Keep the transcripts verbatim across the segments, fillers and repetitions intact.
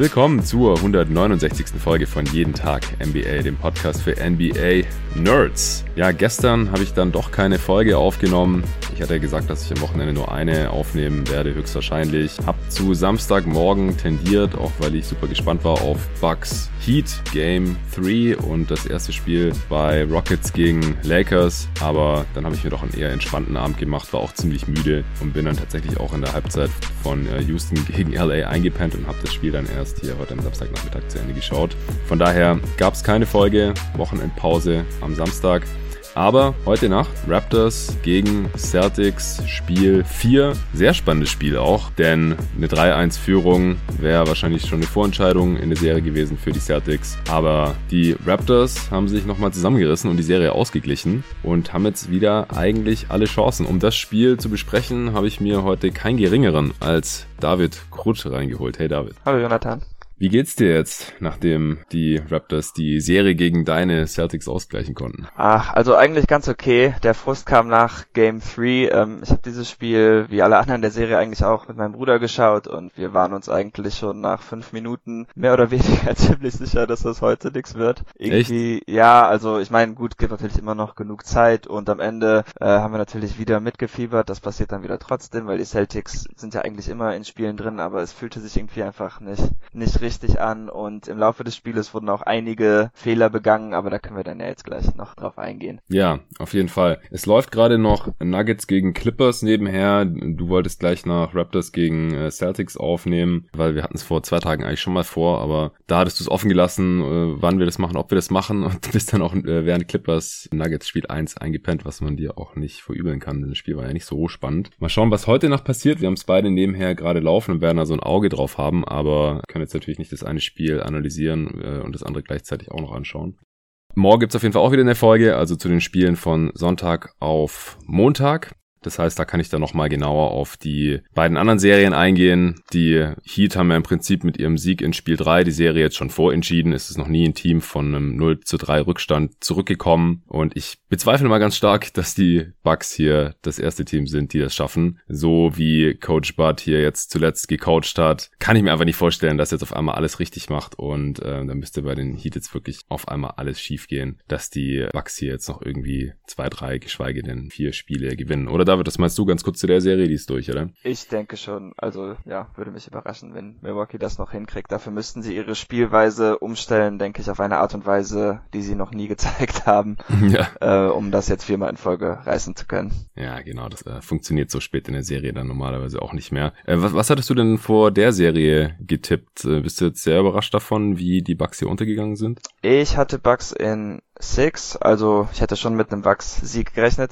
Willkommen zur hundertneunundsechzigsten Folge von Jeden Tag N B A, dem Podcast für N B A-Nerds. Ja, gestern habe ich dann doch keine Folge aufgenommen. Ich hatte ja gesagt, dass ich am Wochenende nur eine aufnehmen werde, höchstwahrscheinlich. Hab zu Samstagmorgen tendiert, auch weil ich super gespannt war auf Bucks Heat Game drei und das erste Spiel bei Rockets gegen Lakers. Aber dann habe ich mir doch einen eher entspannten Abend gemacht, war auch ziemlich müde und bin dann tatsächlich auch in der Halbzeit von Houston gegen L A eingepennt und habe das Spiel dann erst hier heute am Samstagnachmittag zu Ende geschaut. Von daher gab es keine Folge, Wochenendpause am Samstag. Aber heute Nacht Raptors gegen Celtics Spiel vier. Sehr spannendes Spiel auch, denn eine drei eins Führung wäre wahrscheinlich schon eine Vorentscheidung in der Serie gewesen für die Celtics. Aber die Raptors haben sich nochmal zusammengerissen und die Serie ausgeglichen und haben jetzt wieder eigentlich alle Chancen. Um das Spiel zu besprechen, habe ich mir heute keinen geringeren als David Krut reingeholt. Hey David. Hallo Jonathan. Wie geht's dir jetzt, nachdem die Raptors die Serie gegen deine Celtics ausgleichen konnten? Ach, also eigentlich ganz okay. Der Frust kam nach Game drei. Ähm, ich habe dieses Spiel, wie alle anderen der Serie, eigentlich auch mit meinem Bruder geschaut und wir waren uns eigentlich schon nach fünf Minuten mehr oder weniger ziemlich sicher, dass das heute nichts wird. Irgendwie, Echt? Ja, also ich meine, gut, gibt natürlich immer noch genug Zeit und am Ende äh, haben wir natürlich wieder mitgefiebert. Das passiert dann wieder trotzdem, weil die Celtics sind ja eigentlich immer in Spielen drin, aber es fühlte sich irgendwie einfach nicht, nicht richtig richtig an und im Laufe des Spieles wurden auch einige Fehler begangen, aber da können wir dann ja jetzt gleich noch drauf eingehen. Ja, auf jeden Fall. Es läuft gerade noch Nuggets gegen Clippers nebenher. Du wolltest gleich nach Raptors gegen äh, Celtics aufnehmen, weil wir hatten es vor zwei Tagen eigentlich schon mal vor, aber da hattest du es offen gelassen, äh, wann wir das machen, ob wir das machen und bist dann auch äh, während Clippers Nuggets Spiel eins eingepennt, was man dir auch nicht verübeln kann, denn das Spiel war ja nicht so spannend. Mal schauen, was heute noch passiert. Wir haben es beide nebenher gerade laufen und werden da so ein Auge drauf haben, aber können jetzt natürlich nicht das eine Spiel analysieren äh, und das andere gleichzeitig auch noch anschauen. Morgen gibt's auf jeden Fall auch wieder eine Folge, also zu den Spielen von Sonntag auf Montag. Das heißt, da kann ich dann nochmal genauer auf die beiden anderen Serien eingehen. Die Heat haben ja im Prinzip mit ihrem Sieg in Spiel drei die Serie jetzt schon vorentschieden. Es ist noch nie ein Team von einem null zu drei Rückstand zurückgekommen. Und ich bezweifle mal ganz stark, dass die Bucks hier das erste Team sind, die das schaffen. So wie Coach Bud hier jetzt zuletzt gecoacht hat, kann ich mir einfach nicht vorstellen, dass er jetzt auf einmal alles richtig macht. Und äh, dann müsste bei den Heat jetzt wirklich auf einmal alles schief gehen, dass die Bucks hier jetzt noch irgendwie zwei, drei, geschweige denn vier Spiele gewinnen. Oder David, das meinst du ganz kurz zu der Serie, die ist durch, oder? Ich denke schon. Also, ja, würde mich überraschen, wenn Milwaukee das noch hinkriegt. Dafür müssten sie ihre Spielweise umstellen, denke ich, auf eine Art und Weise, die sie noch nie gezeigt haben, ja. äh, um das jetzt viermal in Folge reißen zu können. Ja, genau, das äh, funktioniert so spät in der Serie dann normalerweise auch nicht mehr. Äh, was, was hattest du denn vor der Serie getippt? Äh, bist du jetzt sehr überrascht davon, wie die Bucks hier untergegangen sind? Ich hatte Bucks in sechs, also ich hätte schon mit einem Bucks-Sieg gerechnet,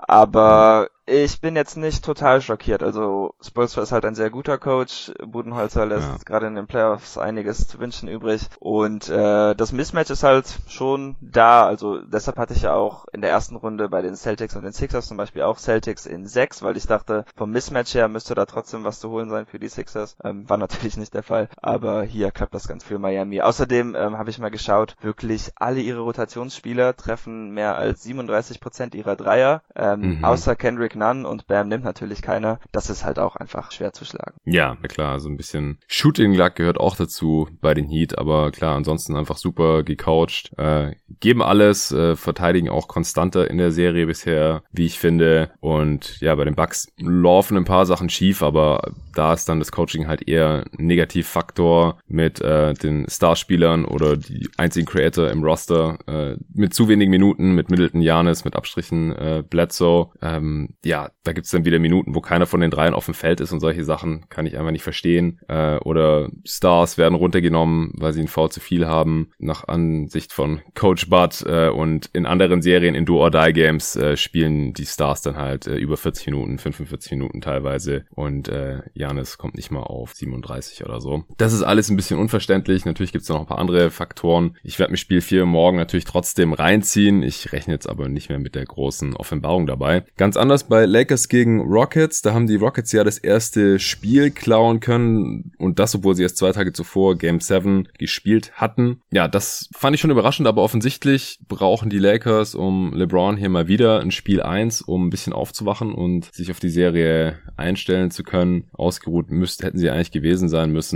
aber ich bin jetzt nicht total schockiert. Also Spoelstra ist halt ein sehr guter Coach. Budenholzer lässt ja. gerade in den Playoffs einiges zu wünschen übrig. Und äh, das Mismatch ist halt schon da. Also deshalb hatte ich ja auch in der ersten Runde bei den Celtics und den Sixers zum Beispiel auch Celtics in sechs, weil ich dachte, vom Mismatch her müsste da trotzdem was zu holen sein für die Sixers. Ähm, war natürlich nicht der Fall. Aber hier klappt das ganz für Miami. Außerdem ähm, habe ich mal geschaut, wirklich alle ihre Rotationsspieler treffen mehr als siebenunddreißig Prozent ihrer Dreier. Ähm, mhm. Außer Kendrick Nunn und Bam nimmt natürlich keiner. Das ist halt auch einfach schwer zu schlagen. Ja, klar, so ein bisschen Shooting Luck gehört auch dazu bei den Heat, aber klar, ansonsten einfach super gecoacht, äh, geben alles, äh, verteidigen auch konstanter in der Serie bisher, wie ich finde, und ja, bei den Bucks laufen ein paar Sachen schief, aber da ist dann das Coaching halt eher ein Negativfaktor mit äh, den Starspielern oder die einzigen Creator im Roster äh, mit zu wenigen Minuten, mit Middleton, Giannis, mit Abstrichen äh, Bledsoe, ähm, ja, da gibt's dann wieder Minuten, wo keiner von den dreien auf dem Feld ist und solche Sachen kann ich einfach nicht verstehen. Äh, oder Stars werden runtergenommen, weil sie einen Foul zu viel haben, nach Ansicht von Coach Bud. Äh, und in anderen Serien, in Do-or-Die-Games, äh, spielen die Stars dann halt äh, über vierzig Minuten, fünfundvierzig Minuten teilweise. Und äh, Giannis kommt nicht mal auf siebenunddreißig oder so. Das ist alles ein bisschen unverständlich. Natürlich gibt's noch ein paar andere Faktoren. Ich werde mir Spiel vier morgen natürlich trotzdem reinziehen. Ich rechne jetzt aber nicht mehr mit der großen Offenbarung dabei. Ganz anders bei Lakers gegen Rockets, da haben die Rockets ja das erste Spiel klauen können und das, obwohl sie erst zwei Tage zuvor Game sieben gespielt hatten. Ja, das fand ich schon überraschend, aber offensichtlich brauchen die Lakers um LeBron hier mal wieder ein Spiel eins, um ein bisschen aufzuwachen und sich auf die Serie einstellen zu können. Ausgeruht müssten, hätten sie eigentlich gewesen sein müssen.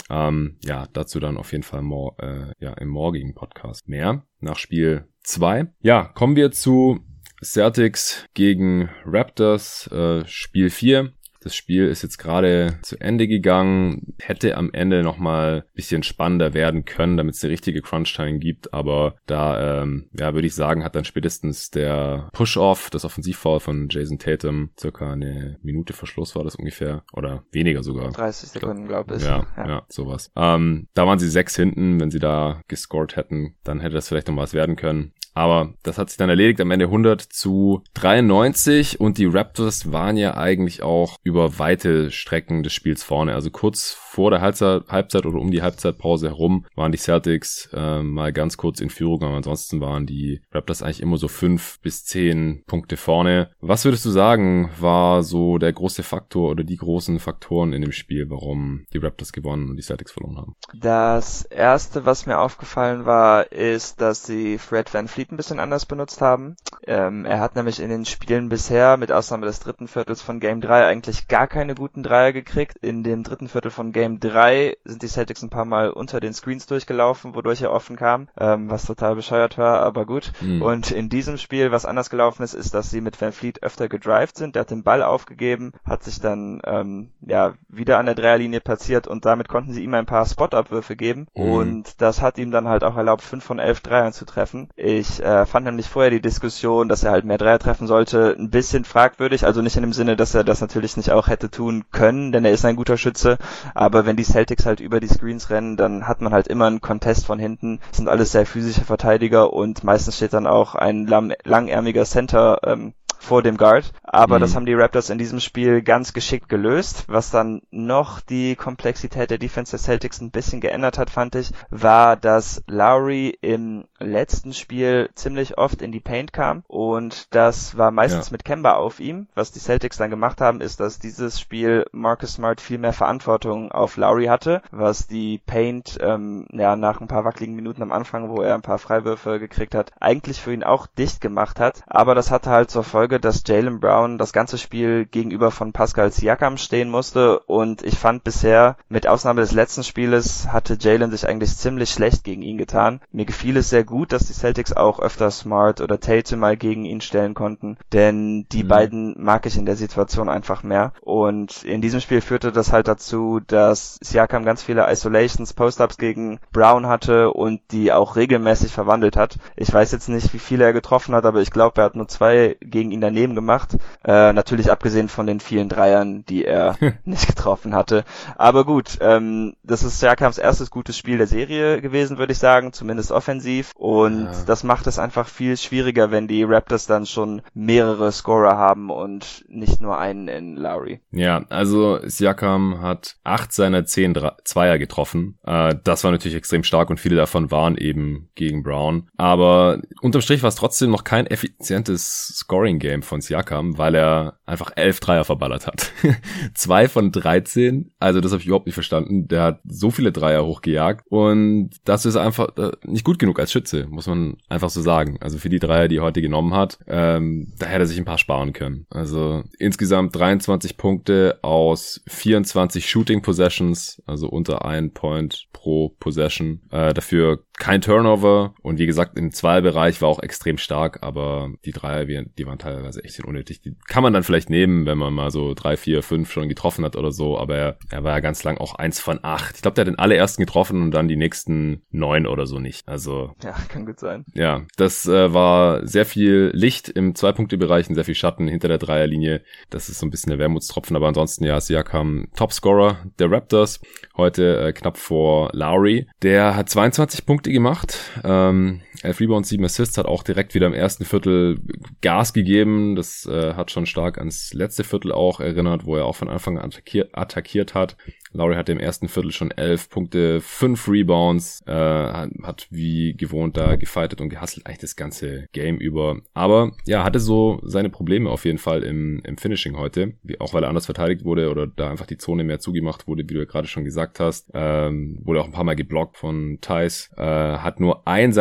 Ähm, ja, dazu dann auf jeden Fall mor- äh, ja, im morgigen Podcast mehr, nach Spiel zwei. Ja, kommen wir zu Celtics gegen Raptors, äh, Spiel vier. Das Spiel ist jetzt gerade zu Ende gegangen, hätte am Ende nochmal ein bisschen spannender werden können, damit es eine richtige Crunch-Time gibt, aber da, ähm, ja, würde ich sagen, hat dann spätestens der Push-Off, das Offensivfoul von Jason Tatum, circa eine Minute Verschluss war das ungefähr, oder weniger sogar. dreißig Sekunden, glaube ich. Ja, ja, ja, sowas. Ähm, da waren sie sechs hinten, wenn sie da gescored hätten, dann hätte das vielleicht noch was werden können. Aber das hat sich dann erledigt, am Ende hundert zu dreiundneunzig und die Raptors waren ja eigentlich auch über weite Strecken des Spiels vorne. Also kurz vor der Halbzeit, Halbzeit oder um die Halbzeitpause herum waren die Celtics äh, mal ganz kurz in Führung, aber ansonsten waren die Raptors eigentlich immer so fünf bis zehn Punkte vorne. Was würdest du sagen, war so der große Faktor oder die großen Faktoren in dem Spiel, warum die Raptors gewonnen und die Celtics verloren haben? Das erste, was mir aufgefallen war, ist, dass sie Fred VanVleet ein bisschen anders benutzt haben. Ähm, er hat nämlich in den Spielen bisher, mit Ausnahme des dritten Viertels von Game drei, eigentlich gar keine guten Dreier gekriegt. In dem dritten Viertel von Game drei sind die Celtics ein paar Mal unter den Screens durchgelaufen, wodurch er offen kam, ähm, was total bescheuert war, aber gut. Mhm. Und in diesem Spiel, was anders gelaufen ist, ist, dass sie mit VanVleet öfter gedrived sind. Der hat den Ball aufgegeben, hat sich dann ähm, ja wieder an der Dreierlinie platziert und damit konnten sie ihm ein paar Spot-Abwürfe geben. Mhm. Und das hat ihm dann halt auch erlaubt, fünf von elf Dreiern zu treffen. Ich Ich äh, fand nämlich vorher die Diskussion, dass er halt mehr Dreier treffen sollte, ein bisschen fragwürdig. Also nicht in dem Sinne, dass er das natürlich nicht auch hätte tun können, denn er ist ein guter Schütze. Aber wenn die Celtics halt über die Screens rennen, dann hat man halt immer einen Contest von hinten. Das sind alles sehr physische Verteidiger und meistens steht dann auch ein lang- langärmiger Center ähm, vor dem Guard, aber mhm. das haben die Raptors in diesem Spiel ganz geschickt gelöst. Was dann noch die Komplexität der Defense der Celtics ein bisschen geändert hat, fand ich, war, dass Lowry im letzten Spiel ziemlich oft in die Paint kam und das war meistens ja. mit Kemba auf ihm. Was die Celtics dann gemacht haben, ist, dass dieses Spiel Marcus Smart viel mehr Verantwortung auf Lowry hatte, was die Paint ähm, ja nach ein paar wackeligen Minuten am Anfang, wo er ein paar Freiwürfe gekriegt hat, eigentlich für ihn auch dicht gemacht hat. Aber das hatte halt zur Folge, dass Jaylen Brown das ganze Spiel gegenüber von Pascal Siakam stehen musste und ich fand bisher, mit Ausnahme des letzten Spieles, hatte Jaylen sich eigentlich ziemlich schlecht gegen ihn getan. Mir gefiel es sehr gut, dass die Celtics auch öfter Smart oder Tatum mal gegen ihn stellen konnten, denn die mhm. beiden mag ich in der Situation einfach mehr und in diesem Spiel führte das halt dazu, dass Siakam ganz viele Isolations, Post-Ups gegen Brown hatte und die auch regelmäßig verwandelt hat. Ich weiß jetzt nicht, wie viele er getroffen hat, aber ich glaube, er hat nur zwei gegen ihn daneben gemacht. Äh, natürlich abgesehen von den vielen Dreiern, die er nicht getroffen hatte. Aber gut, ähm, das ist Siakams erstes gutes Spiel der Serie gewesen, würde ich sagen, zumindest offensiv. Und ja. das macht es einfach viel schwieriger, wenn die Raptors dann schon mehrere Scorer haben und nicht nur einen in Lowry. Ja, also Siakam hat acht seiner zehn Dre- Zweier getroffen. Äh, das war natürlich extrem stark und viele davon waren eben gegen Brown. Aber unterm Strich war es trotzdem noch kein effizientes Scoring-Game von Siakam, weil er einfach elf Dreier verballert hat. Zwei von dreizehn, also das habe ich überhaupt nicht verstanden. Der hat so viele Dreier hochgejagt und das ist einfach äh, nicht gut genug als Schütze, muss man einfach so sagen. Also für die Dreier, die er heute genommen hat, ähm, da hätte er sich ein paar sparen können. Also insgesamt dreiundzwanzig Punkte aus vierundzwanzig Shooting Possessions, also unter ein Point pro Possession. Äh, dafür kein Turnover und wie gesagt, im Zweierbereich war auch extrem stark, aber die Dreier, die waren teilweise echt unnötig. Die kann man dann vielleicht nehmen, wenn man mal so drei, vier, fünf schon getroffen hat oder so, aber er, er war ja ganz lang auch eins von acht. Ich glaube, der hat den allerersten getroffen und dann die nächsten neun oder so nicht. Also ja, kann gut sein. Ja, das äh, war sehr viel Licht im Zwei-Punkte-Bereich und sehr viel Schatten hinter der Dreierlinie. Das ist so ein bisschen der Wermutstropfen, aber ansonsten ja, Siakam Topscorer der Raptors. Heute äh, knapp vor Lowry. Der hat zweiundzwanzig Punkte gemacht, ähm, elf Rebounds, sieben Assists, hat auch direkt wieder im ersten Viertel Gas gegeben. Das äh, hat schon stark ans letzte Viertel auch erinnert, wo er auch von Anfang an attackiert, attackiert hat. Lowry hatte im ersten Viertel schon elf Punkte, fünf Rebounds, äh, hat, hat wie gewohnt da gefightet und gehustelt eigentlich das ganze Game über. Aber ja, hatte so seine Probleme auf jeden Fall im, im Finishing heute, wie, auch weil er anders verteidigt wurde oder da einfach die Zone mehr zugemacht wurde, wie du ja gerade schon gesagt hast. Ähm, wurde auch ein paar Mal geblockt von Theis. Äh, hat nur ein seiner sechs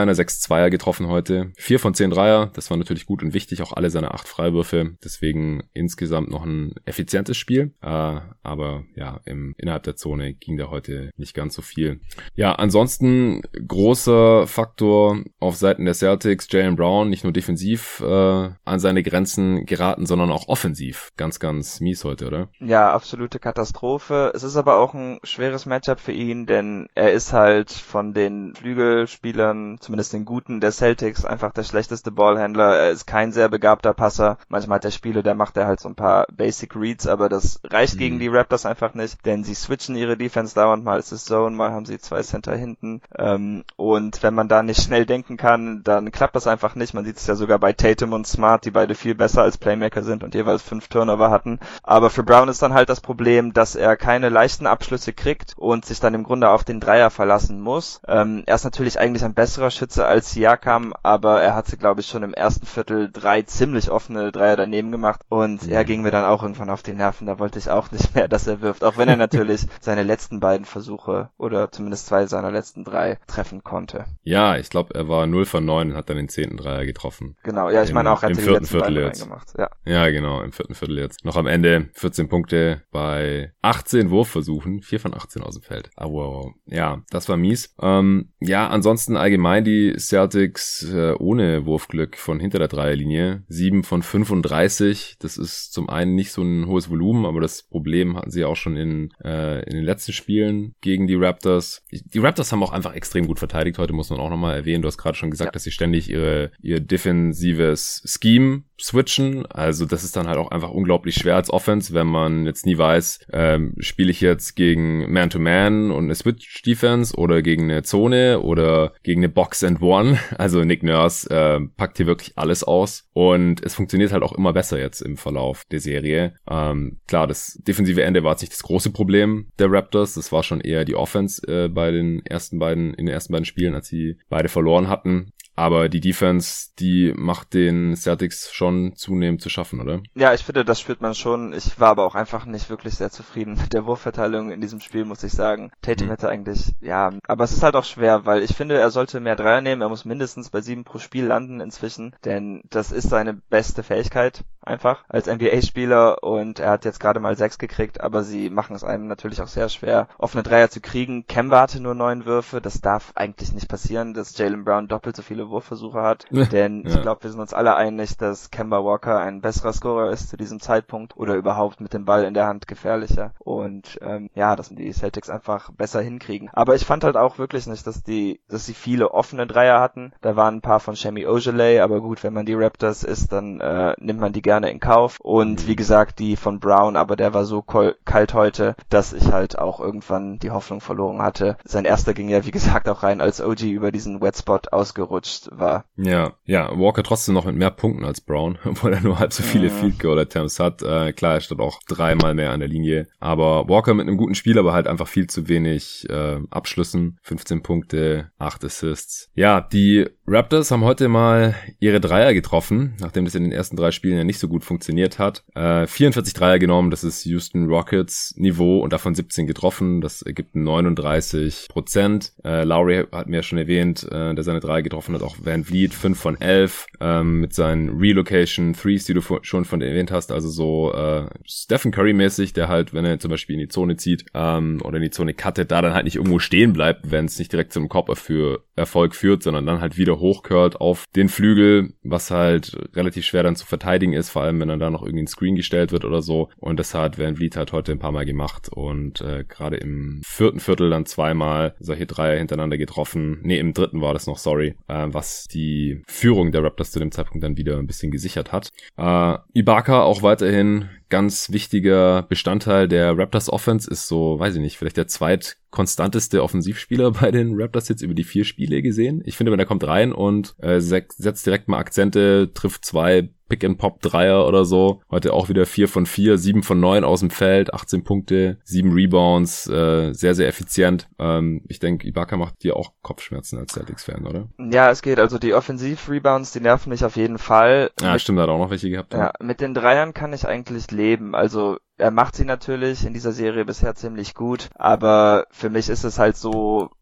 Zweier getroffen heute. Vier von zehn Dreier, das war natürlich gut und wichtig, auch alle seine acht Freiwürfe. Deswegen insgesamt noch ein effizientes Spiel. Äh, aber ja, im, innerhalb der Zone ging da heute nicht ganz so viel. Ja, ansonsten großer Faktor auf Seiten der Celtics, Jaylen Brown, nicht nur defensiv äh, an seine Grenzen geraten, sondern auch offensiv. Ganz, ganz mies heute, oder? Ja, absolute Katastrophe. Es ist aber auch ein schweres Matchup für ihn, denn er ist halt von den Flügelspielern, zumindest den guten der Celtics, einfach der schlechteste Ballhändler. Er ist kein sehr begabter Passer. Manchmal hat er Spiele, da macht er halt so ein paar Basic Reads, aber das reicht mhm. gegen die Raptors einfach nicht, denn sie switchen ihre Defense dauernd, mal ist es Zone, mal haben sie zwei Center hinten. Ähm, und wenn man da nicht schnell denken kann, dann klappt das einfach nicht. Man sieht es ja sogar bei Tatum und Smart, die beide viel besser als Playmaker sind und jeweils fünf Turnover hatten. Aber für Brown ist dann halt das Problem, dass er keine leichten Abschlüsse kriegt und sich dann im Grunde auf den Dreier verlassen muss. Ähm, er ist natürlich eigentlich ein besserer Schütze als Siakam, aber er hatte, glaube ich, schon im ersten Viertel drei ziemlich offene Dreier daneben gemacht und er ging mir dann auch irgendwann auf die Nerven. Da wollte ich auch nicht mehr, dass er wirft, auch wenn er natürlich seine letzten beiden Versuche oder zumindest zwei seiner letzten drei treffen konnte. Ja, ich glaube, er war null von neun und hat dann den zehnten Dreier getroffen. Genau, ja, ich meine auch, er hat die letzten Viertel beiden jetzt. reingemacht. Ja. ja, genau, im vierten Viertel jetzt. Noch am Ende vierzehn Punkte bei achtzehn Wurfversuchen, vier von achtzehn aus dem Feld. Ah, wow. Ja, das war mies. Ähm, ja, ansonsten allgemein die Celtics äh, ohne Wurfglück von hinter der Dreierlinie. sieben von fünfunddreißig. Das ist zum einen nicht so ein hohes Volumen, aber das Problem hatten sie auch schon in, äh, in den letzten Spielen gegen die Raptors. Die Raptors haben auch einfach extrem gut verteidigt. Heute muss man auch nochmal erwähnen. Du hast gerade schon gesagt, ja. dass sie ständig ihre ihr defensives Scheme switchen. Also das ist dann halt auch einfach unglaublich schwer als Offense, wenn man jetzt nie weiß, ähm, spiele ich jetzt gegen Man-to-Man und eine Switch-Defense oder gegen eine Zone oder gegen eine Box-and-One. Also Nick Nurse äh, packt hier wirklich alles aus und es funktioniert halt auch immer besser jetzt im Verlauf der Serie. Ähm, klar, das defensive Ende war jetzt nicht das große Problem der Raptors. Das war schon eher die Offense äh, bei den ersten beiden, in den ersten beiden Spielen, als sie beide verloren hatten. Aber die Defense, die macht den Celtics schon zunehmend zu schaffen, oder? Ja, ich finde, das spürt man schon. Ich war aber auch einfach nicht wirklich sehr zufrieden mit der Wurfverteilung in diesem Spiel, muss ich sagen. Tatum mhm. hätte eigentlich, ja, aber es ist halt auch schwer, weil ich finde, er sollte mehr Dreier nehmen. Er muss mindestens bei sieben pro Spiel landen inzwischen, denn das ist seine beste Fähigkeit einfach als N B A-Spieler und er hat jetzt gerade mal sechs gekriegt, aber sie machen es einem natürlich auch sehr schwer, offene Dreier zu kriegen. Kemba hatte nur neun Würfe. Das darf eigentlich nicht passieren, dass Jaylen Brown doppelt so viele Wurfversuche hat, denn ja. ich glaube, wir sind uns alle einig, dass Kemba Walker ein besserer Scorer ist zu diesem Zeitpunkt oder überhaupt mit dem Ball in der Hand gefährlicher und ähm, ja, dass die Celtics einfach besser hinkriegen. Aber ich fand halt auch wirklich nicht, dass die, dass sie viele offene Dreier hatten. Da waren ein paar von Semi Ojeleye, aber gut, wenn man die Raptors ist, dann äh, nimmt man die gerne in Kauf und wie gesagt, die von Brown, aber der war so kol- kalt heute, dass ich halt auch irgendwann die Hoffnung verloren hatte. Sein erster ging ja, wie gesagt, auch rein, als O G über diesen Wet Spot ausgerutscht war. Ja, ja, Walker trotzdem noch mit mehr Punkten als Brown, obwohl er nur halb so viele ja. Field Goal Attempts hat. Äh, klar, er stand auch dreimal mehr an der Linie, aber Walker mit einem guten Spiel, aber halt einfach viel zu wenig äh, Abschlüssen. fünfzehn Punkte, acht Assists. Ja, die Raptors haben heute mal ihre Dreier getroffen, nachdem das in den ersten drei Spielen ja nicht so gut funktioniert hat. Äh, vierundvierzig Dreier genommen, das ist Houston Rockets Niveau und davon siebzehn getroffen. Das ergibt neununddreißig Prozent. Äh, Lowry hat mir ja schon erwähnt, äh, der seine Dreier getroffen hat, auch Van Vliet, fünf von elf, ähm, mit seinen Relocation Threes, die du f- schon von erwähnt hast, also so äh, Stephen Curry mäßig, der halt, wenn er zum Beispiel in die Zone zieht ähm, oder in die Zone cuttet, da dann halt nicht irgendwo stehen bleibt, wenn es nicht direkt zum Korb für Erfolg führt, sondern dann halt wieder hochcurlt auf den Flügel, was halt relativ schwer dann zu verteidigen ist, vor allem wenn dann da noch irgendwie ein Screen gestellt wird oder so. Und das hat Van Vliet halt heute ein paar Mal gemacht und äh, gerade im vierten Viertel dann zweimal solche Dreier hintereinander getroffen. Nee, im dritten war das noch, sorry, äh, was die Führung der Raptors zu dem Zeitpunkt dann wieder ein bisschen gesichert hat. Äh, Ibaka auch weiterhin ganz wichtiger Bestandteil der Raptors Offense, ist so, weiß ich nicht, vielleicht der zweitkonstanteste Offensivspieler bei den Raptors jetzt über die vier Spiele gesehen. Ich finde, wenn er kommt rein und äh, setzt direkt mal Akzente, trifft zwei Pick-and-Pop-Dreier oder so. Heute auch wieder vier von vier, sieben von neun aus dem Feld, achtzehn Punkte, sieben Rebounds, äh, sehr, sehr effizient. Ähm, ich denke, Ibaka macht dir auch Kopfschmerzen als Celtics-Fan, oder? Ja, es geht. Also die Offensiv-Rebounds, die nerven mich auf jeden Fall. Ja, mit, stimmt, da hat auch noch welche gehabt. Ja, mit den Dreiern kann ich eigentlich leben. Also er macht sie natürlich in dieser Serie bisher ziemlich gut, aber für mich ist es halt so,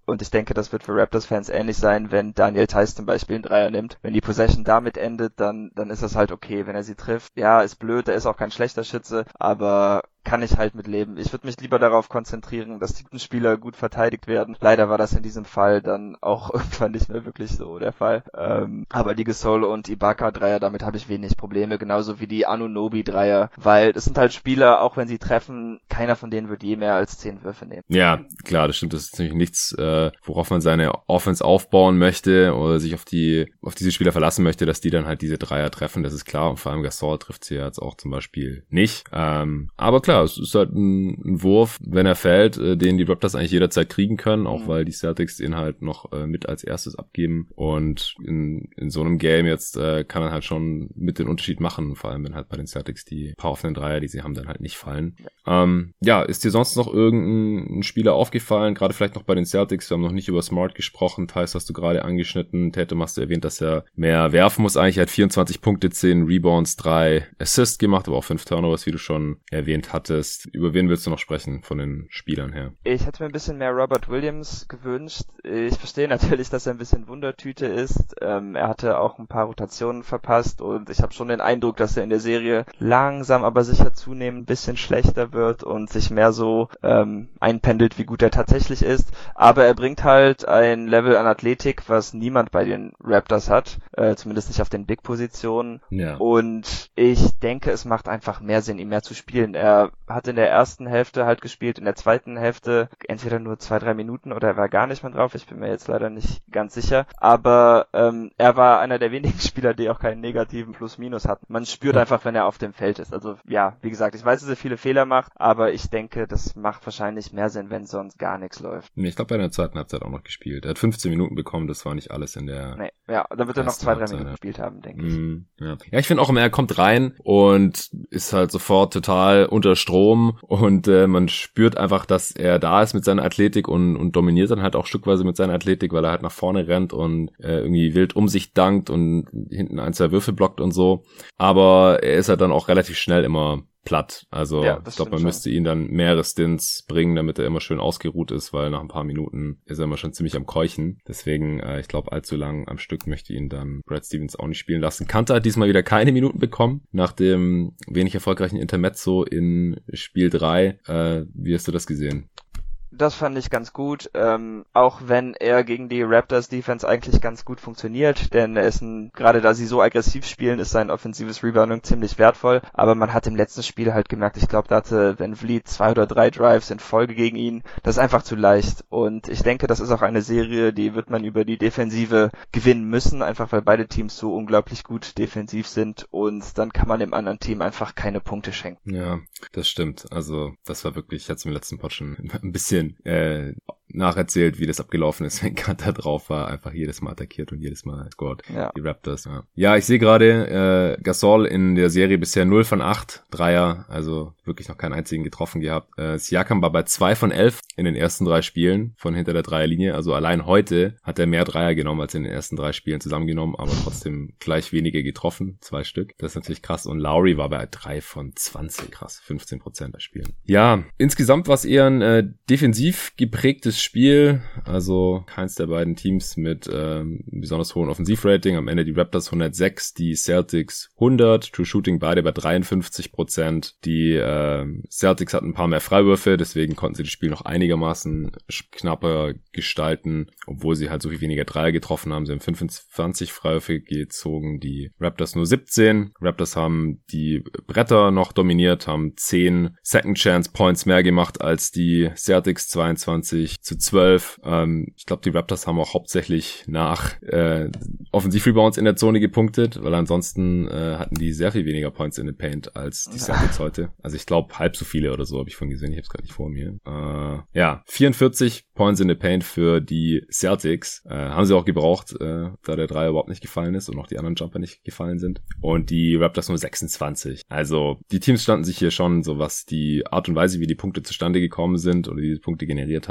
Und ich denke, das wird für Raptors-Fans ähnlich sein, wenn Daniel Theis zum Beispiel einen Dreier nimmt. Wenn die Possession damit endet, dann, dann ist das halt okay. Wenn er sie trifft, ja, ist blöd, er ist auch kein schlechter Schütze, aber kann ich halt mit leben. Ich würde mich lieber darauf konzentrieren, dass die guten Spieler gut verteidigt werden. Leider war das in diesem Fall dann auch irgendwann nicht mehr wirklich so der Fall. Ähm, aber die Gasol und Ibaka-Dreier, damit habe ich wenig Probleme. Genauso wie die Anunoby-Dreier, weil es sind halt Spieler, auch wenn sie treffen, keiner von denen wird je mehr als zehn Würfe nehmen. Ja, klar, das stimmt. Das ist natürlich nichts, äh, worauf man seine Offense aufbauen möchte oder sich auf die auf diese Spieler verlassen möchte, dass die dann halt diese Dreier treffen. Das ist klar. Und vor allem Gasol trifft sie ja jetzt auch zum Beispiel nicht. Ähm, aber klar, es ist halt ein, ein Wurf, wenn er fällt, äh, den die Raptors eigentlich jederzeit kriegen können, auch mhm. weil die Celtics den halt noch äh, mit als erstes abgeben. Und in, in so einem Game jetzt äh, kann er halt schon mit den Unterschied machen, vor allem wenn halt bei den Celtics die paar offenen Dreier, die sie haben, dann halt nicht fallen. Ja, ähm, ja ist dir sonst noch irgendein Spieler aufgefallen, gerade vielleicht noch bei den Celtics? Wir haben noch nicht über Smart gesprochen, Theis hast du gerade angeschnitten, Tatum hast du erwähnt, dass er mehr werfen muss eigentlich, er hat vierundzwanzig Punkte, zehn Rebounds, drei Assists gemacht, aber auch fünf Turnovers, wie du schon erwähnt hattest. Über wen willst du noch sprechen von den Spielern her? Ich hätte mir ein bisschen mehr Robert Williams gewünscht. Ich verstehe natürlich, dass er ein bisschen Wundertüte ist. Ähm, er hatte auch ein paar Rotationen verpasst und ich habe schon den Eindruck, dass er in der Serie langsam aber sicher zunehmend ein bisschen schlechter wird und sich mehr so ähm, einpendelt, wie gut er tatsächlich ist. Aber er bringt halt ein Level an Athletik, was niemand bei den Raptors hat, äh, zumindest nicht auf den Big-Positionen. Ja. Und ich denke, es macht einfach mehr Sinn, ihm mehr zu spielen. Er hat in der ersten Hälfte halt gespielt, in der zweiten Hälfte entweder nur zwei, drei Minuten oder er war gar nicht mehr drauf. Ich bin mir jetzt leider nicht ganz sicher. Aber ähm, er war einer der wenigen Spieler, die auch keinen negativen Plus-Minus hatten. Man spürt ja. einfach, wenn er auf dem Feld ist. Also ja, wie gesagt, ich weiß, dass er viele Fehler macht, aber ich denke, das macht wahrscheinlich mehr Sinn, wenn sonst gar nichts läuft. Nee, ich glaube, bei der zweiten Halbzeit auch noch gespielt. Er hat fünfzehn Minuten bekommen, das war nicht alles in der... Nee, ja, dann wird er noch zwei, drei Minuten gespielt haben, denke ich. Mm, ja. ja, ich finde auch immer, er kommt rein und ist halt sofort total unter Strom und äh, man spürt einfach, dass er da ist mit seiner Athletik und, und dominiert dann halt auch stückweise mit seiner Athletik, weil er halt nach vorne rennt und äh, irgendwie wild um sich dankt und hinten ein, zwei Würfe blockt und so. Aber er ist halt dann auch relativ schnell immer platt. Also ja, ich glaube, man schon. müsste ihn dann mehrere Stints bringen, damit er immer schön ausgeruht ist, weil nach ein paar Minuten ist er immer schon ziemlich am Keuchen. Deswegen, äh, ich glaube, allzu lang am Stück möchte ihn dann Brad Stevens auch nicht spielen lassen. Kanter hat diesmal wieder keine Minuten bekommen, nach dem wenig erfolgreichen Intermezzo in Spiel drei. Äh, wie hast du das gesehen? Das fand ich ganz gut, ähm, auch wenn er gegen die Raptors Defense eigentlich ganz gut funktioniert, denn er ist ein, gerade da sie so aggressiv spielen, ist sein offensives Rebounding ziemlich wertvoll, aber man hat im letzten Spiel halt gemerkt, ich glaube, da hatte Van Vliet zwei oder drei Drives in Folge gegen ihn, das ist einfach zu leicht und ich denke, das ist auch eine Serie, die wird man über die Defensive gewinnen müssen, einfach weil beide Teams so unglaublich gut defensiv sind und dann kann man dem anderen Team einfach keine Punkte schenken. Ja, das stimmt, also das war wirklich, ich hatte es im letzten Pod schon ein bisschen äh, nacherzählt, wie das abgelaufen ist, wenn Kanter drauf war, einfach jedes Mal attackiert und jedes Mal scored. Ja. Die Raptors, ja. Ja, ich sehe gerade, äh, Gasol in der Serie bisher null von acht Dreier, also wirklich noch keinen einzigen getroffen gehabt. Äh, Siakam war bei zwei von elf in den ersten drei Spielen von hinter der Dreierlinie, also allein heute hat er mehr Dreier genommen als in den ersten drei Spielen zusammengenommen, aber trotzdem gleich wenige getroffen, zwei Stück. Das ist natürlich krass und Lowry war bei drei von zwanzig, krass, fünfzehn Prozent der Spielen. Ja, insgesamt war es eher ein äh, defensiv geprägtes Spiel, also keins der beiden Teams mit ähm, besonders hohen Offensivrating, am Ende die Raptors hundertsechs, die Celtics hundert, True Shooting beide bei dreiundfünfzig Prozent, die äh, Celtics hatten ein paar mehr Freiwürfe, deswegen konnten sie das Spiel noch einigermaßen knapper gestalten, obwohl sie halt so viel weniger Dreier getroffen haben, sie haben fünfundzwanzig Freiwürfe gezogen, die Raptors nur siebzehn, Raptors haben die Bretter noch dominiert, haben zehn Second Chance Points mehr gemacht als die Celtics, zweiundzwanzig zu zwölf. Ähm, ich glaube, die Raptors haben auch hauptsächlich nach äh, Offensivrebounds in der Zone gepunktet, weil ansonsten äh, hatten die sehr viel weniger Points in the Paint als die Celtics heute. Also ich glaube, halb so viele oder so habe ich von gesehen. Ich habe es gerade nicht vor mir. Äh, ja, vierundvierzig Points in the Paint für die Celtics. Äh, haben sie auch gebraucht, äh, da der Dreier überhaupt nicht gefallen ist und auch die anderen Jumper nicht gefallen sind. Und die Raptors nur sechsundzwanzig. Also die Teams standen sich hier schon, so was die Art und Weise, wie die Punkte zustande gekommen sind oder die Punkte generiert haben,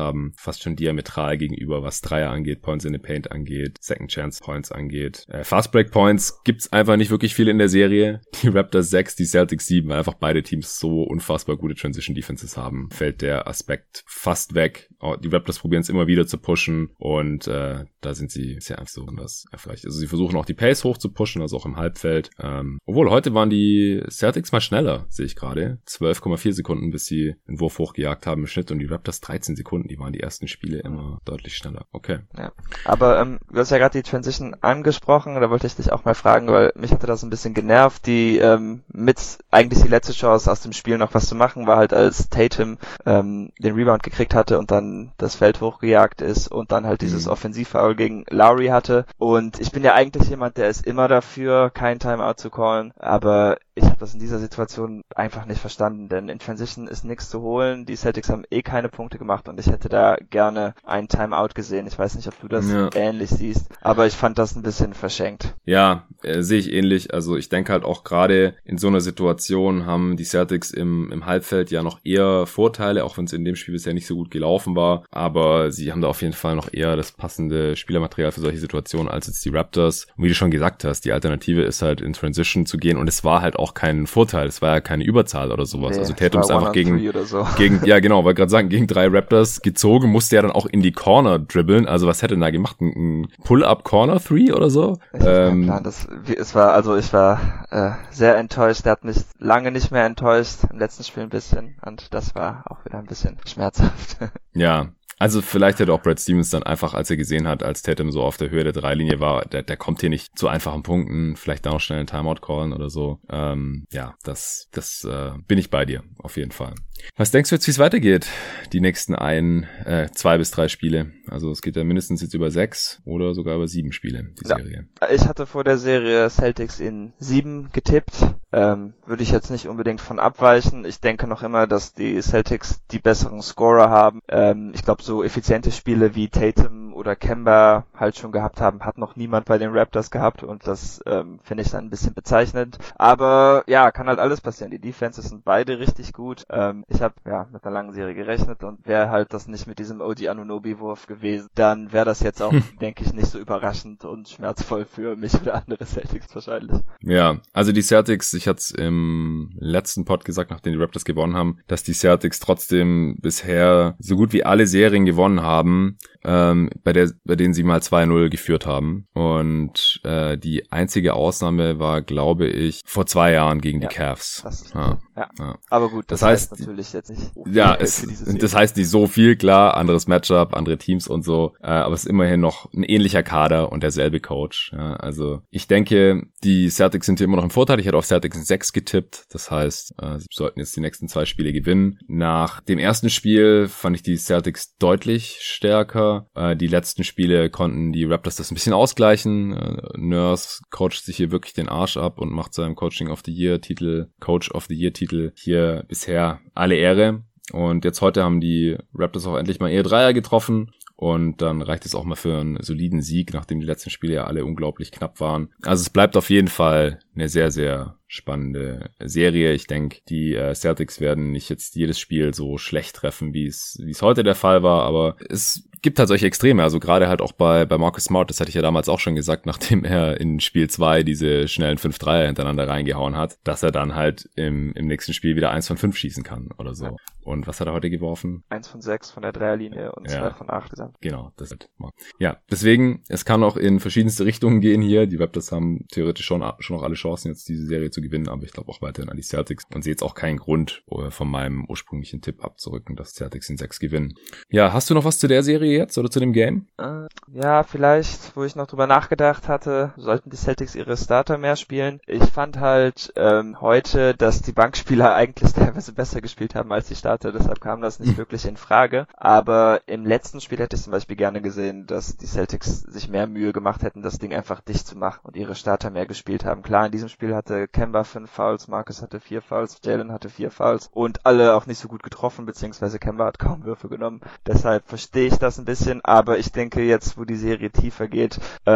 fast schon diametral gegenüber, was Dreier angeht, Points in the Paint angeht, Second Chance Points angeht. Äh, Fast Break Points gibt's einfach nicht wirklich viel in der Serie. Die Raptors sechs, die Celtics sieben, weil einfach beide Teams so unfassbar gute Transition Defenses haben, fällt der Aspekt fast weg. Die Raptors probieren es immer wieder zu pushen und äh, da sind sie sehr einfach so anders erfolgreich. Also sie versuchen auch die Pace hoch zu pushen, also auch im Halbfeld. Ähm, obwohl, heute waren die Celtics mal schneller, sehe ich gerade. zwölf Komma vier Sekunden, bis sie den Wurf hochgejagt haben im Schnitt und die Raptors dreizehn Sekunden. Die waren die ersten Spiele immer deutlich schneller. Okay. Ja. Aber ähm, du hast ja gerade die Transition angesprochen, da wollte ich dich auch mal fragen, weil mich hatte das ein bisschen genervt. Die ähm, mit eigentlich die letzte Chance aus dem Spiel noch was zu machen, war halt als Tatum ähm, den Rebound gekriegt hatte und dann das Feld hochgejagt ist und dann halt dieses mhm. Offensivfoul gegen Lowry hatte. Und ich bin ja eigentlich jemand, der ist immer dafür, kein Timeout zu callen, aber ich habe das in dieser Situation einfach nicht verstanden, denn in Transition ist nichts zu holen. Die Celtics haben eh keine Punkte gemacht und ich hätte da gerne einen Timeout gesehen. Ich weiß nicht, ob du das ja. ähnlich siehst, aber ich fand das ein bisschen verschenkt. Ja, äh, sehe ich ähnlich. Also ich denke halt auch gerade in so einer Situation haben die Celtics im, im Halbfeld ja noch eher Vorteile, auch wenn es in dem Spiel bisher nicht so gut gelaufen war, aber sie haben da auf jeden Fall noch eher das passende Spielermaterial für solche Situationen als jetzt die Raptors. Und wie du schon gesagt hast, die Alternative ist halt in Transition zu gehen und es war halt auch kein Vorteil, es war ja keine Überzahl oder sowas. Nee, also Tatum ist einfach gegen, so. gegen, ja genau, wollte gerade sagen, gegen drei Raptors gezogen, musste ja dann auch in die Corner dribbeln. Also was hätte denn da gemacht? Ein, ein Pull-Up-Corner-Three oder so? Ich ähm, Plan, das, es war, also ich war äh, sehr enttäuscht. Der hat mich lange nicht mehr enttäuscht, im letzten Spiel ein bisschen und das war auch wieder ein bisschen schmerzhaft. Ja. Also vielleicht hätte auch Brad Stevens dann einfach, als er gesehen hat, als Tatum so auf der Höhe der Dreilinie war, der, der kommt hier nicht zu einfachen Punkten, vielleicht da noch schnell einen Timeout callen oder so. Ähm, ja, das, das äh, bin ich bei dir, auf jeden Fall. Was denkst du jetzt, wie es weitergeht? Die nächsten ein, äh, zwei bis drei Spiele. Also es geht ja mindestens jetzt über sechs oder sogar über sieben Spiele, die ja. Serie. Ich hatte vor der Serie Celtics in sieben getippt. Ähm, würde ich jetzt nicht unbedingt von abweichen. Ich denke noch immer, dass die Celtics die besseren Scorer haben. Ähm, ich glaube, so effiziente Spiele wie Tatum oder Kemba halt schon gehabt haben, hat noch niemand bei den Raptors gehabt und das ähm, finde ich dann ein bisschen bezeichnend. Aber ja, kann halt alles passieren. Die Defenses sind beide richtig gut. Ähm, ich habe ja mit einer langen Serie gerechnet und wäre halt das nicht mit diesem O G Anunoby-Wurf gewesen, dann wäre das jetzt auch, denke ich, nicht so überraschend und schmerzvoll für mich oder andere Celtics wahrscheinlich. Ja, also die Celtics, ich hatte es im letzten Pod gesagt, nachdem die Raptors gewonnen haben, dass die Celtics trotzdem bisher so gut wie alle Serien gewonnen haben, ähm, bei der, bei denen sie mal zwei null geführt haben. Und äh, die einzige Ausnahme war, glaube ich, vor zwei Jahren gegen ja, die Cavs. Das ist ja, ja. ja. Aber gut, das, das heißt, heißt natürlich jetzt nicht. Ja, es, das heißt nicht so viel, klar, anderes Matchup, andere Teams und so, äh, aber es ist immerhin noch ein ähnlicher Kader und derselbe Coach. Ja, also ich denke, die Celtics sind hier immer noch im Vorteil. Ich hätte auf Celtics in sechs getippt. Das heißt, äh, sie sollten jetzt die nächsten zwei Spiele gewinnen. Nach dem ersten Spiel fand ich die Celtics deutlich stärker. Äh, die letzten Spiele konnten die Raptors das ein bisschen ausgleichen. Äh, Nurse coacht sich hier wirklich den Arsch ab und macht seinem Coaching of the Year Titel, Coach of the Year Titel hier bisher alle Ehre. Und jetzt heute haben die Raptors auch endlich mal ihre Dreier getroffen. Und dann reicht es auch mal für einen soliden Sieg, nachdem die letzten Spiele ja alle unglaublich knapp waren. Also es bleibt auf jeden Fall eine sehr, sehr spannende Serie. Ich denke, die äh, Celtics werden nicht jetzt jedes Spiel so schlecht treffen, wie es wie es heute der Fall war, aber es gibt halt solche Extreme, also gerade halt auch bei bei Marcus Smart, das hatte ich ja damals auch schon gesagt, nachdem er in Spiel zwei diese schnellen fünf Dreier hintereinander reingehauen hat, dass er dann halt im im nächsten Spiel wieder eins von fünf schießen kann oder so. Ja. Und was hat er heute geworfen? eins von sechs von der Dreierlinie und zwei ja. von acht gesamt. Genau, das ist ja, deswegen, es kann auch in verschiedenste Richtungen gehen hier. Die Raptors haben theoretisch schon schon noch alle Chancen, jetzt diese Serie zu gewinnen, aber ich glaube auch weiterhin an die Celtics und sehe jetzt auch keinen Grund, von meinem ursprünglichen Tipp abzurücken, dass Celtics in sechs gewinnen. Ja, hast du noch was zu der Serie jetzt oder zu dem Game? Äh, ja, vielleicht, wo ich noch drüber nachgedacht hatte, sollten die Celtics ihre Starter mehr spielen. Ich fand halt ähm, heute, dass die Bankspieler eigentlich teilweise besser gespielt haben als die Starter, deshalb kam das nicht wirklich in Frage. Aber im letzten Spiel hätte ich zum Beispiel gerne gesehen, dass die Celtics sich mehr Mühe gemacht hätten, das Ding einfach dicht zu machen und ihre Starter mehr gespielt haben. Klar, in diesem Spiel hatte Kemba fünf Fouls, Marcus hatte vier Fouls, Jalen hatte vier Fouls und alle auch nicht so gut getroffen, beziehungsweise Kemba hat kaum Würfe genommen. Deshalb verstehe ich das ein bisschen, aber ich denke jetzt, wo die Serie tiefer geht, ähm,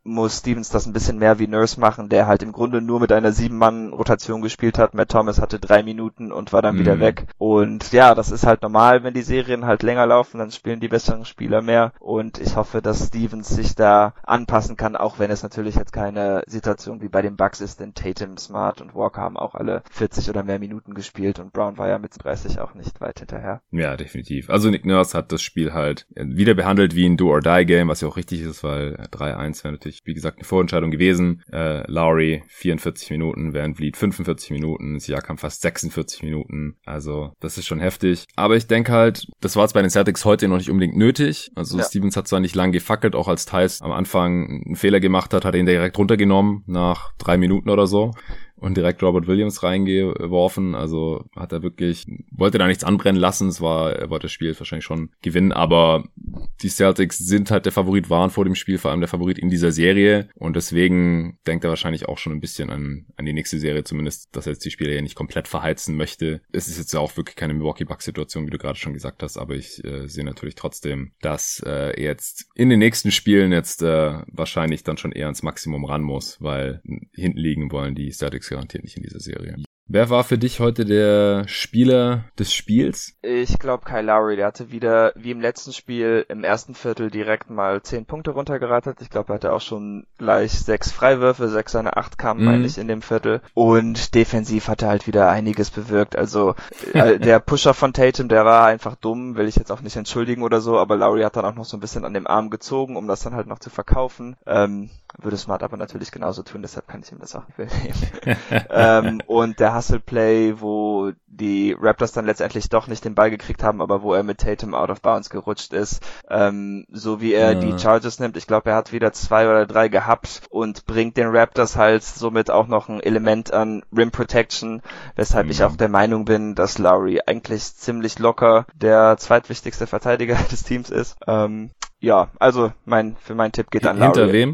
muss Stevens das ein bisschen mehr wie Nurse machen, der halt im Grunde nur mit einer Sieben-Mann-Rotation gespielt hat. Matt Thomas hatte drei Minuten und war dann mm. wieder weg. Und ja, das ist halt normal, wenn die Serien halt länger laufen, dann spielen die besseren Spieler mehr. Und ich hoffe, dass Stevens sich da anpassen kann, auch wenn es natürlich jetzt keine Situation wie bei den Bucks ist, denn Tatum, Smart und Walker haben auch alle vierzig oder mehr Minuten gespielt und Brown war ja mit dreißig auch nicht weit hinterher. Ja, definitiv. Also Nick Nurse hat das Spiel halt wieder behandelt wie ein Do-or-Die-Game, was ja auch richtig ist, weil drei eins wäre natürlich, wie gesagt, eine Vorentscheidung gewesen. Äh, Lowry vierundvierzig Minuten, Van Vliet fünfundvierzig Minuten, Siakam fast sechsundvierzig Minuten. Also das ist schon heftig. Aber ich denke halt, das war jetzt bei den Celtics heute noch nicht unbedingt nötig. Also ja. Stevens hat zwar nicht lang gefackelt, auch als Theis am Anfang einen Fehler gemacht hat, hat er ihn direkt runtergenommen nach drei Minuten oder so. Und direkt Robert Williams reingeworfen, also hat er wirklich, wollte da nichts anbrennen lassen, es war, er wollte das Spiel wahrscheinlich schon gewinnen, aber die Celtics sind halt der Favorit, waren vor dem Spiel, vor allem der Favorit in dieser Serie und deswegen denkt er wahrscheinlich auch schon ein bisschen an, an die nächste Serie, zumindest, dass er jetzt die Spieler ja nicht komplett verheizen möchte. Es ist jetzt ja auch wirklich keine Milwaukee Bucks Situation, wie du gerade schon gesagt hast, aber ich äh, sehe natürlich trotzdem, dass äh, er jetzt in den nächsten Spielen jetzt äh, wahrscheinlich dann schon eher ans Maximum ran muss, weil hinten liegen wollen die Celtics garantiert nicht in dieser Serie. Wer war für dich heute der Spieler des Spiels? Ich glaube Kyle Lowry, der hatte wieder, wie im letzten Spiel, im ersten Viertel direkt mal zehn Punkte runtergerattert. Ich glaube, er hatte auch schon gleich sechs Freiwürfe, sechs seiner acht kamen, meine ich, in dem Viertel. Und defensiv hat er halt wieder einiges bewirkt. Also äh, der Pusher von Tatum, der war einfach dumm, will ich jetzt auch nicht entschuldigen oder so, aber Lowry hat dann auch noch so ein bisschen an dem Arm gezogen, um das dann halt noch zu verkaufen. Ähm, würde Smart aber natürlich genauso tun, deshalb kann ich ihm das auch nicht nehmen. ähm, und der Hustle-Play, wo die Raptors dann letztendlich doch nicht den Ball gekriegt haben, aber wo er mit Tatum out of bounds gerutscht ist, ähm, so wie er ja. die Charges nimmt. Ich glaube, er hat wieder zwei oder drei gehabt und bringt den Raptors halt somit auch noch ein Element an Rim Protection, weshalb mhm. ich auch der Meinung bin, dass Lowry eigentlich ziemlich locker der zweitwichtigste Verteidiger des Teams ist. Ähm, Ja, also mein für meinen Tipp geht an Lowry. Hinter wem?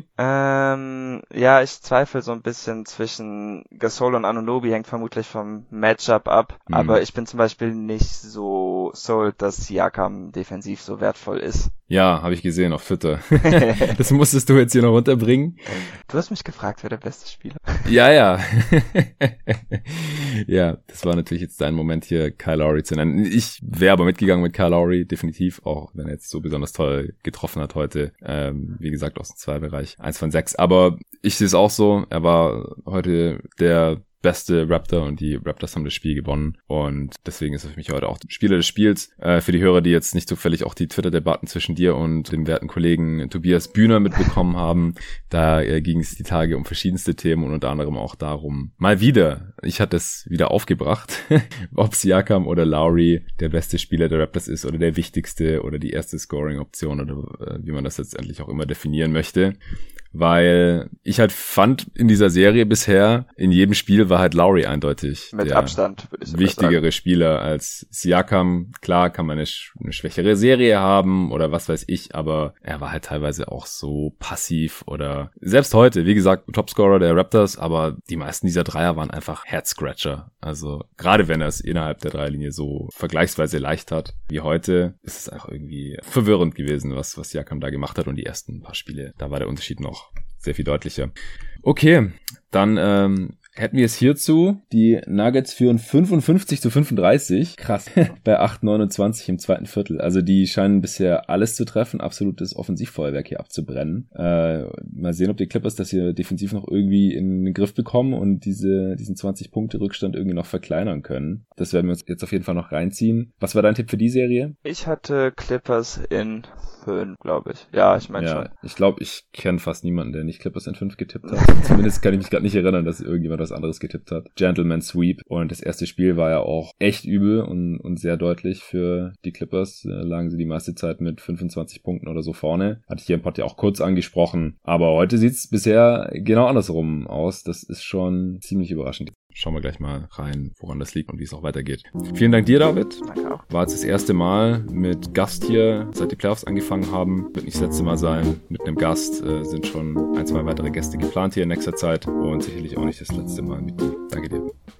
Ähm, ja, ich zweifle so ein bisschen zwischen Gasol und Anunoby, hängt vermutlich vom Matchup ab. Mhm. Aber ich bin zum Beispiel nicht so sold, dass Siakam defensiv so wertvoll ist. Ja, habe ich gesehen auf Twitter. Das musstest du jetzt hier noch runterbringen. Du hast mich gefragt, wer der beste Spieler. Ja, ja. Ja, das war natürlich jetzt dein Moment hier, Kyle Lowry zu nennen. Ich wäre aber mitgegangen mit Kyle Lowry, definitiv, auch wenn er jetzt so besonders toll getroffen hat heute. Ähm, wie gesagt, aus dem Zwei-Bereich. Eins von sechs. Aber ich sehe es auch so, er war heute der beste Raptor und die Raptors haben das Spiel gewonnen und deswegen ist er für mich heute auch Spieler des Spiels. Äh, für die Hörer, die jetzt nicht zufällig auch die Twitter-Debatten zwischen dir und dem werten Kollegen Tobias Bühner mitbekommen haben, da äh, ging es die Tage um verschiedenste Themen und unter anderem auch darum, mal wieder, ich hatte es wieder aufgebracht, ob Siakam oder Lowry der beste Spieler der Raptors ist oder der wichtigste oder die erste Scoring-Option oder äh, wie man das letztendlich auch immer definieren möchte. Weil ich halt fand, in dieser Serie bisher, in jedem Spiel war halt Lowry eindeutig mit der Abstand, würde ich wichtigere sagen. Spieler als Siakam. Klar kann man eine, sch- eine schwächere Serie haben oder was weiß ich, aber er war halt teilweise auch so passiv oder selbst heute, wie gesagt, Topscorer der Raptors, aber die meisten dieser Dreier waren einfach Head-Scratcher. Also gerade wenn er es innerhalb der Dreierlinie so vergleichsweise leicht hat wie heute, ist es auch irgendwie verwirrend gewesen, was, was Siakam da gemacht hat und die ersten paar Spiele, da war der Unterschied noch sehr viel deutlicher. Okay, dann ähm, hätten wir es hierzu. Die Nuggets führen fünfundfünfzig zu fünfunddreißig. Krass. Bei acht neunundzwanzig im zweiten Viertel. Also die scheinen bisher alles zu treffen. Absolutes Offensivfeuerwerk hier abzubrennen. Äh, mal sehen, ob die Clippers das hier defensiv noch irgendwie in den Griff bekommen und diese diesen zwanzig Punkte Rückstand irgendwie noch verkleinern können. Das werden wir uns jetzt auf jeden Fall noch reinziehen. Was war dein Tipp für die Serie? Ich hatte Clippers in fünf, glaube ich. Ja, ich meine ja, schon. Ich glaube, ich kenne fast niemanden, der nicht Clippers in fünf getippt hat. Zumindest kann ich mich gerade nicht erinnern, dass irgendjemand was anderes getippt hat. Gentleman Sweep. Und das erste Spiel war ja auch echt übel und, und sehr deutlich für die Clippers. Da lagen sie die meiste Zeit mit fünfundzwanzig Punkten oder so vorne. Hatte ich hier im Pod ja auch kurz angesprochen. Aber heute sieht's bisher genau andersrum aus. Das ist schon ziemlich überraschend. Schauen wir gleich mal rein, woran das liegt und wie es auch weitergeht. Vielen Dank dir, David. Danke auch. War jetzt das erste Mal mit Gast hier, seit die Playoffs angefangen haben. Wird nicht das letzte Mal sein. Mit einem Gast äh, sind schon ein, zwei weitere Gäste geplant hier in nächster Zeit und sicherlich auch nicht das letzte Mal mit dir. Danke dir.